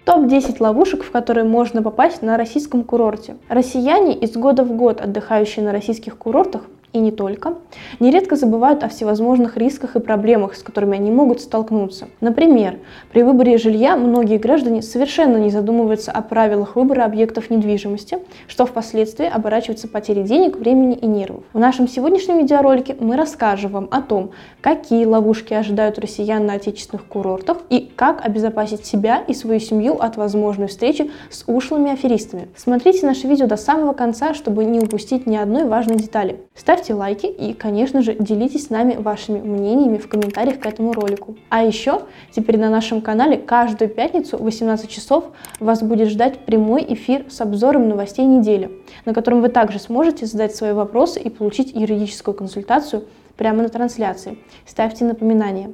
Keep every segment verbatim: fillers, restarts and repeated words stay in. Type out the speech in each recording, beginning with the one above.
топ десять ловушек, в которые можно попасть на российском курорте. Россияне, из года в год отдыхающие на российских курортах, и не только, нередко забывают о всевозможных рисках и проблемах, с которыми они могут столкнуться. Например, при выборе жилья многие граждане совершенно не задумываются о правилах выбора объектов недвижимости, что впоследствии оборачивается потерей денег, времени и нервов. В нашем сегодняшнем видеоролике мы расскажем вам о том, какие ловушки ожидают россиян на отечественных курортах и как обезопасить себя и свою семью от возможной встречи с ушлыми аферистами. Смотрите наше видео до самого конца, чтобы не упустить ни одной важной детали. Ставьте лайки и, конечно же, делитесь с нами вашими мнениями в комментариях к этому ролику. А еще теперь на нашем канале каждую пятницу в восемнадцать часов вас будет ждать прямой эфир с обзором новостей недели, на котором вы также сможете задать свои вопросы и получить юридическую консультацию прямо на трансляции. Ставьте напоминания.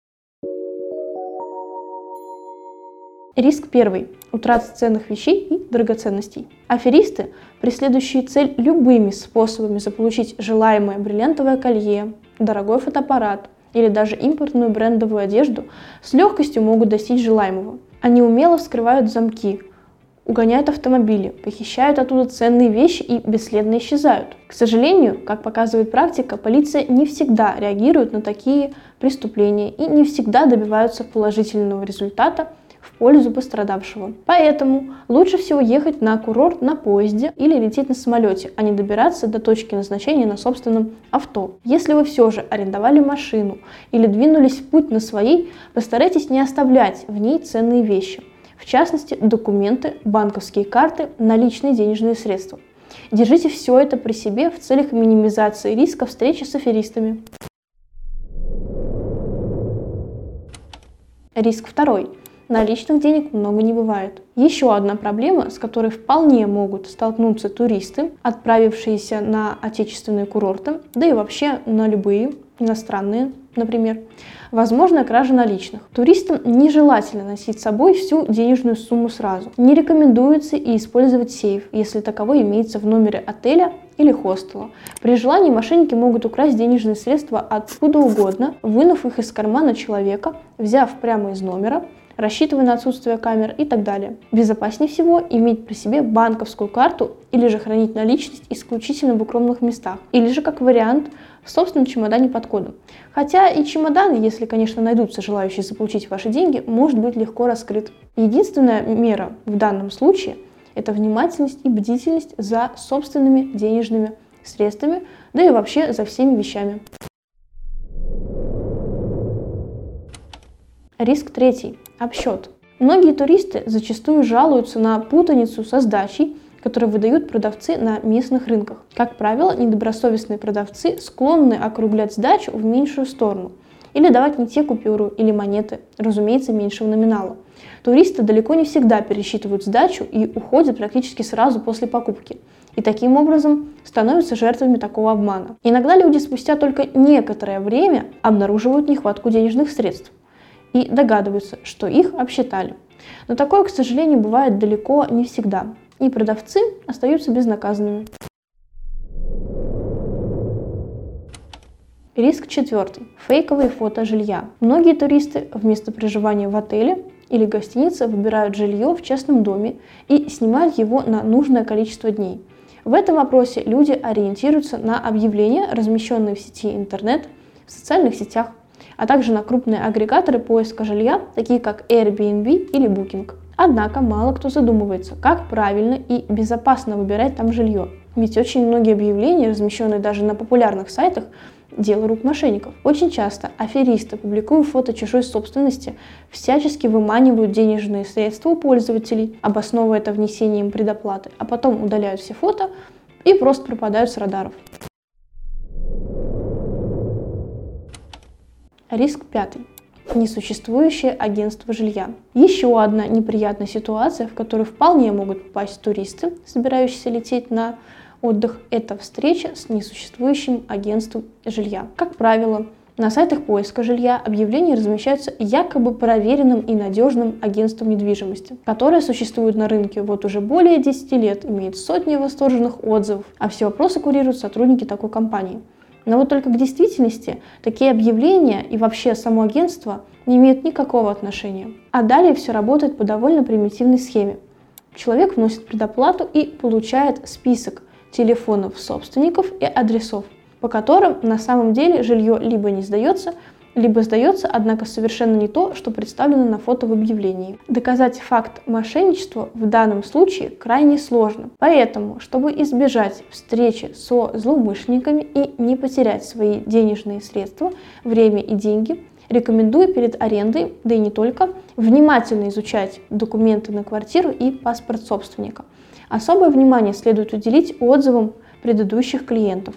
Риск первый. Утрата ценных вещей и драгоценностей. Аферисты, преследующие цель любыми способами заполучить желаемое бриллиантовое колье, дорогой фотоаппарат или даже импортную брендовую одежду, с легкостью могут достичь желаемого. Они умело вскрывают замки, угоняют автомобили, похищают оттуда ценные вещи и бесследно исчезают. К сожалению, как показывает практика, полиция не всегда реагирует на такие преступления и не всегда добиваются положительного результата в пользу пострадавшего. Поэтому лучше всего ехать на курорт на поезде или лететь на самолете, а не добираться до точки назначения на собственном авто. Если вы все же арендовали машину или двинулись в путь на своей, постарайтесь не оставлять в ней ценные вещи, в частности документы, банковские карты, наличные денежные средства. Держите все это при себе в целях минимизации риска встречи с аферистами. Риск второй. Наличных денег много не бывает. Еще одна проблема, с которой вполне могут столкнуться туристы, отправившиеся на отечественные курорты, да и вообще на любые, иностранные, например, возможная кража наличных. Туристам нежелательно носить с собой всю денежную сумму сразу. Не рекомендуется и использовать сейф, если таковой имеется в номере отеля или хостела. При желании мошенники могут украсть денежные средства откуда угодно, вынув их из кармана человека, взяв прямо из номера, рассчитывая на отсутствие камер и так далее. Безопаснее всего иметь при себе банковскую карту или же хранить наличность исключительно в укромных местах, или же, как вариант, в собственном чемодане под кодом. Хотя и чемодан, если, конечно, найдутся желающие заполучить ваши деньги, может быть легко раскрыт. Единственная мера в данном случае – это внимательность и бдительность за собственными денежными средствами, да и вообще за всеми вещами. Риск третий. Обсчет. Многие туристы зачастую жалуются на путаницу со сдачей, которую выдают продавцы на местных рынках. Как правило, недобросовестные продавцы склонны округлять сдачу в меньшую сторону или давать не те купюры или монеты, разумеется, меньшего номинала. Туристы далеко не всегда пересчитывают сдачу и уходят практически сразу после покупки. И таким образом становятся жертвами такого обмана. Иногда люди спустя только некоторое время обнаруживают нехватку денежных средств и догадываются, что их обсчитали. Но такое, к сожалению, бывает далеко не всегда, и продавцы остаются безнаказанными. Риск четвертый. Фейковые фото жилья. Многие туристы вместо проживания в отеле или гостинице выбирают жилье в частном доме и снимают его на нужное количество дней. В этом вопросе люди ориентируются на объявления, размещенные в сети интернет, в социальных сетях, а также на крупные агрегаторы поиска жилья, такие как Airbnb или Booking. Однако мало кто задумывается, как правильно и безопасно выбирать там жилье. Ведь очень многие объявления, размещенные даже на популярных сайтах, дело рук мошенников. Очень часто аферисты, публикуя фото чужой собственности, всячески выманивают денежные средства у пользователей, обосновывая это внесением предоплаты, а потом удаляют все фото и просто пропадают с радаров. Риск пятый. Несуществующее агентство жилья. Еще одна неприятная ситуация, в которую вполне могут попасть туристы, собирающиеся лететь на отдых, это встреча с несуществующим агентством жилья. Как правило, на сайтах поиска жилья объявления размещаются якобы проверенным и надежным агентством недвижимости, которое существует на рынке вот уже более десяти лет, имеет сотни восторженных отзывов, а все вопросы курируют сотрудники такой компании. Но вот только к действительности такие объявления и вообще само агентство не имеют никакого отношения. А далее все работает по довольно примитивной схеме. Человек вносит предоплату и получает список телефонов собственников и адресов, по которым на самом деле жилье либо не сдается, либо сдается, однако совершенно не то, что представлено на фото в объявлении. Доказать факт мошенничества в данном случае крайне сложно. Поэтому, чтобы избежать встречи со злоумышленниками и не потерять свои денежные средства, время и деньги, рекомендую перед арендой, да и не только, внимательно изучать документы на квартиру и паспорт собственника. Особое внимание следует уделить отзывам предыдущих клиентов.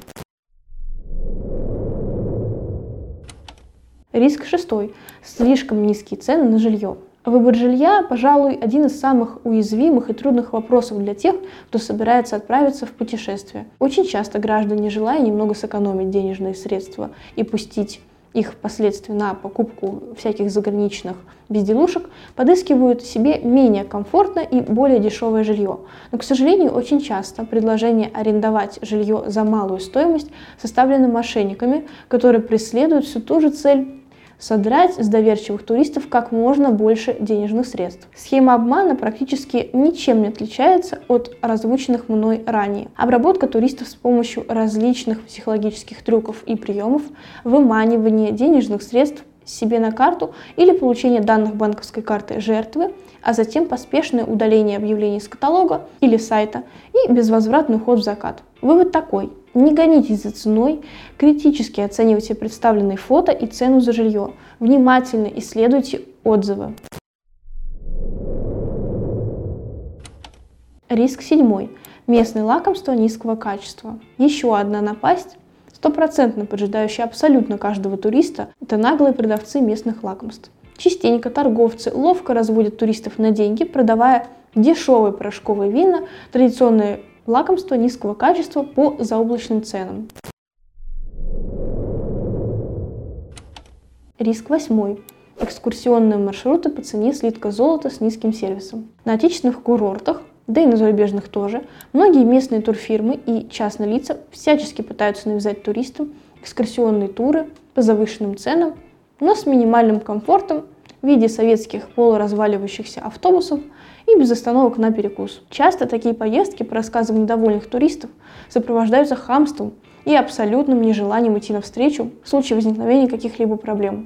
Риск шестой. Слишком низкие цены на жилье. Выбор жилья, пожалуй, один из самых уязвимых и трудных вопросов для тех, кто собирается отправиться в путешествие. Очень часто граждане, желая немного сэкономить денежные средства и пустить их впоследствии на покупку всяких заграничных безделушек, подыскивают себе менее комфортное и более дешевое жилье. Но, к сожалению, очень часто предложение арендовать жилье за малую стоимость составлено мошенниками, которые преследуют всю ту же цель – содрать с доверчивых туристов как можно больше денежных средств. Схема обмана практически ничем не отличается от озвученных мной ранее. Обработка туристов с помощью различных психологических трюков и приемов, выманивание денежных средств себе на карту или получение данных банковской карты жертвы, а затем поспешное удаление объявлений с каталога или сайта и безвозвратный уход в закат. Вывод такой. Не гонитесь за ценой, критически оценивайте представленные фото и цену за жилье, внимательно исследуйте отзывы. Риск седьмой. Местные лакомства низкого качества. Еще одна напасть, стопроцентно поджидающая абсолютно каждого туриста, это наглые продавцы местных лакомств. Частенько торговцы ловко разводят туристов на деньги, продавая дешевые порошковые вина, традиционные лакомства низкого качества по заоблачным ценам. Риск восьмой. Экскурсионные маршруты по цене слитка золота с низким сервисом. На отечественных курортах, да и на зарубежных тоже, многие местные турфирмы и частные лица всячески пытаются навязать туристам экскурсионные туры по завышенным ценам, но с минимальным комфортом в виде советских полуразваливающихся автобусов и без остановок на перекус. Часто такие поездки, по рассказам недовольных туристов, сопровождаются хамством и абсолютным нежеланием идти навстречу в случае возникновения каких-либо проблем.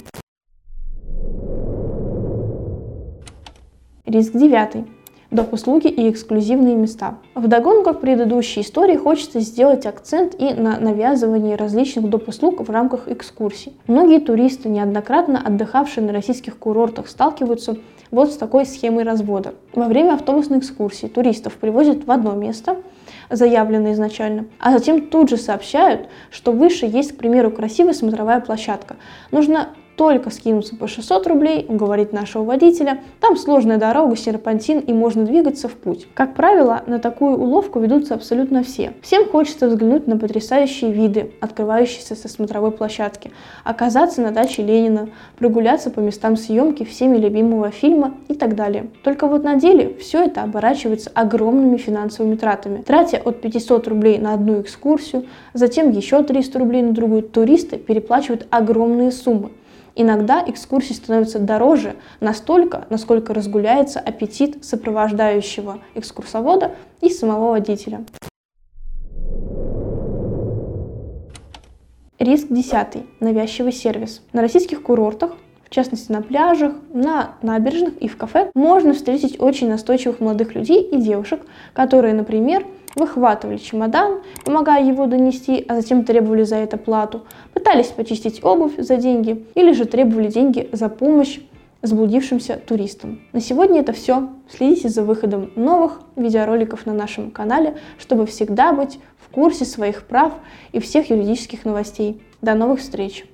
Риск девятый. Доп-услуги и эксклюзивные места. Вдогонку к предыдущей истории хочется сделать акцент и на навязывании различных доп-услуг в рамках экскурсий. Многие туристы, неоднократно отдыхавшие на российских курортах, сталкиваются вот с такой схемой развода. Во время автобусной экскурсии туристов привозят в одно место, заявленное изначально, а затем тут же сообщают, что выше есть, к примеру, красивая смотровая площадка. Нужно только скинуться по шестьсот рублей, уговорить нашего водителя, там сложная дорога, серпантин и можно двигаться в путь. Как правило, на такую уловку ведутся абсолютно все. Всем хочется взглянуть на потрясающие виды, открывающиеся со смотровой площадки, оказаться на даче Ленина, прогуляться по местам съемки всеми любимого фильма и так далее. Только вот на деле все это оборачивается огромными финансовыми тратами. Тратя от пятисот рублей на одну экскурсию, затем еще триста рублей на другую, туристы переплачивают огромные суммы. Иногда экскурсии становятся дороже настолько, насколько разгуляется аппетит сопровождающего экскурсовода и самого водителя. Риск десятый. Навязчивый сервис. На российских курортах, в частности на пляжах, на набережных и в кафе, можно встретить очень настойчивых молодых людей и девушек, которые, например, выхватывали чемодан, помогая его донести, а затем требовали за это плату, пытались почистить обувь за деньги или же требовали деньги за помощь заблудившимся туристам. На сегодня это все. Следите за выходом новых видеороликов на нашем канале, чтобы всегда быть в курсе своих прав и всех юридических новостей. До новых встреч!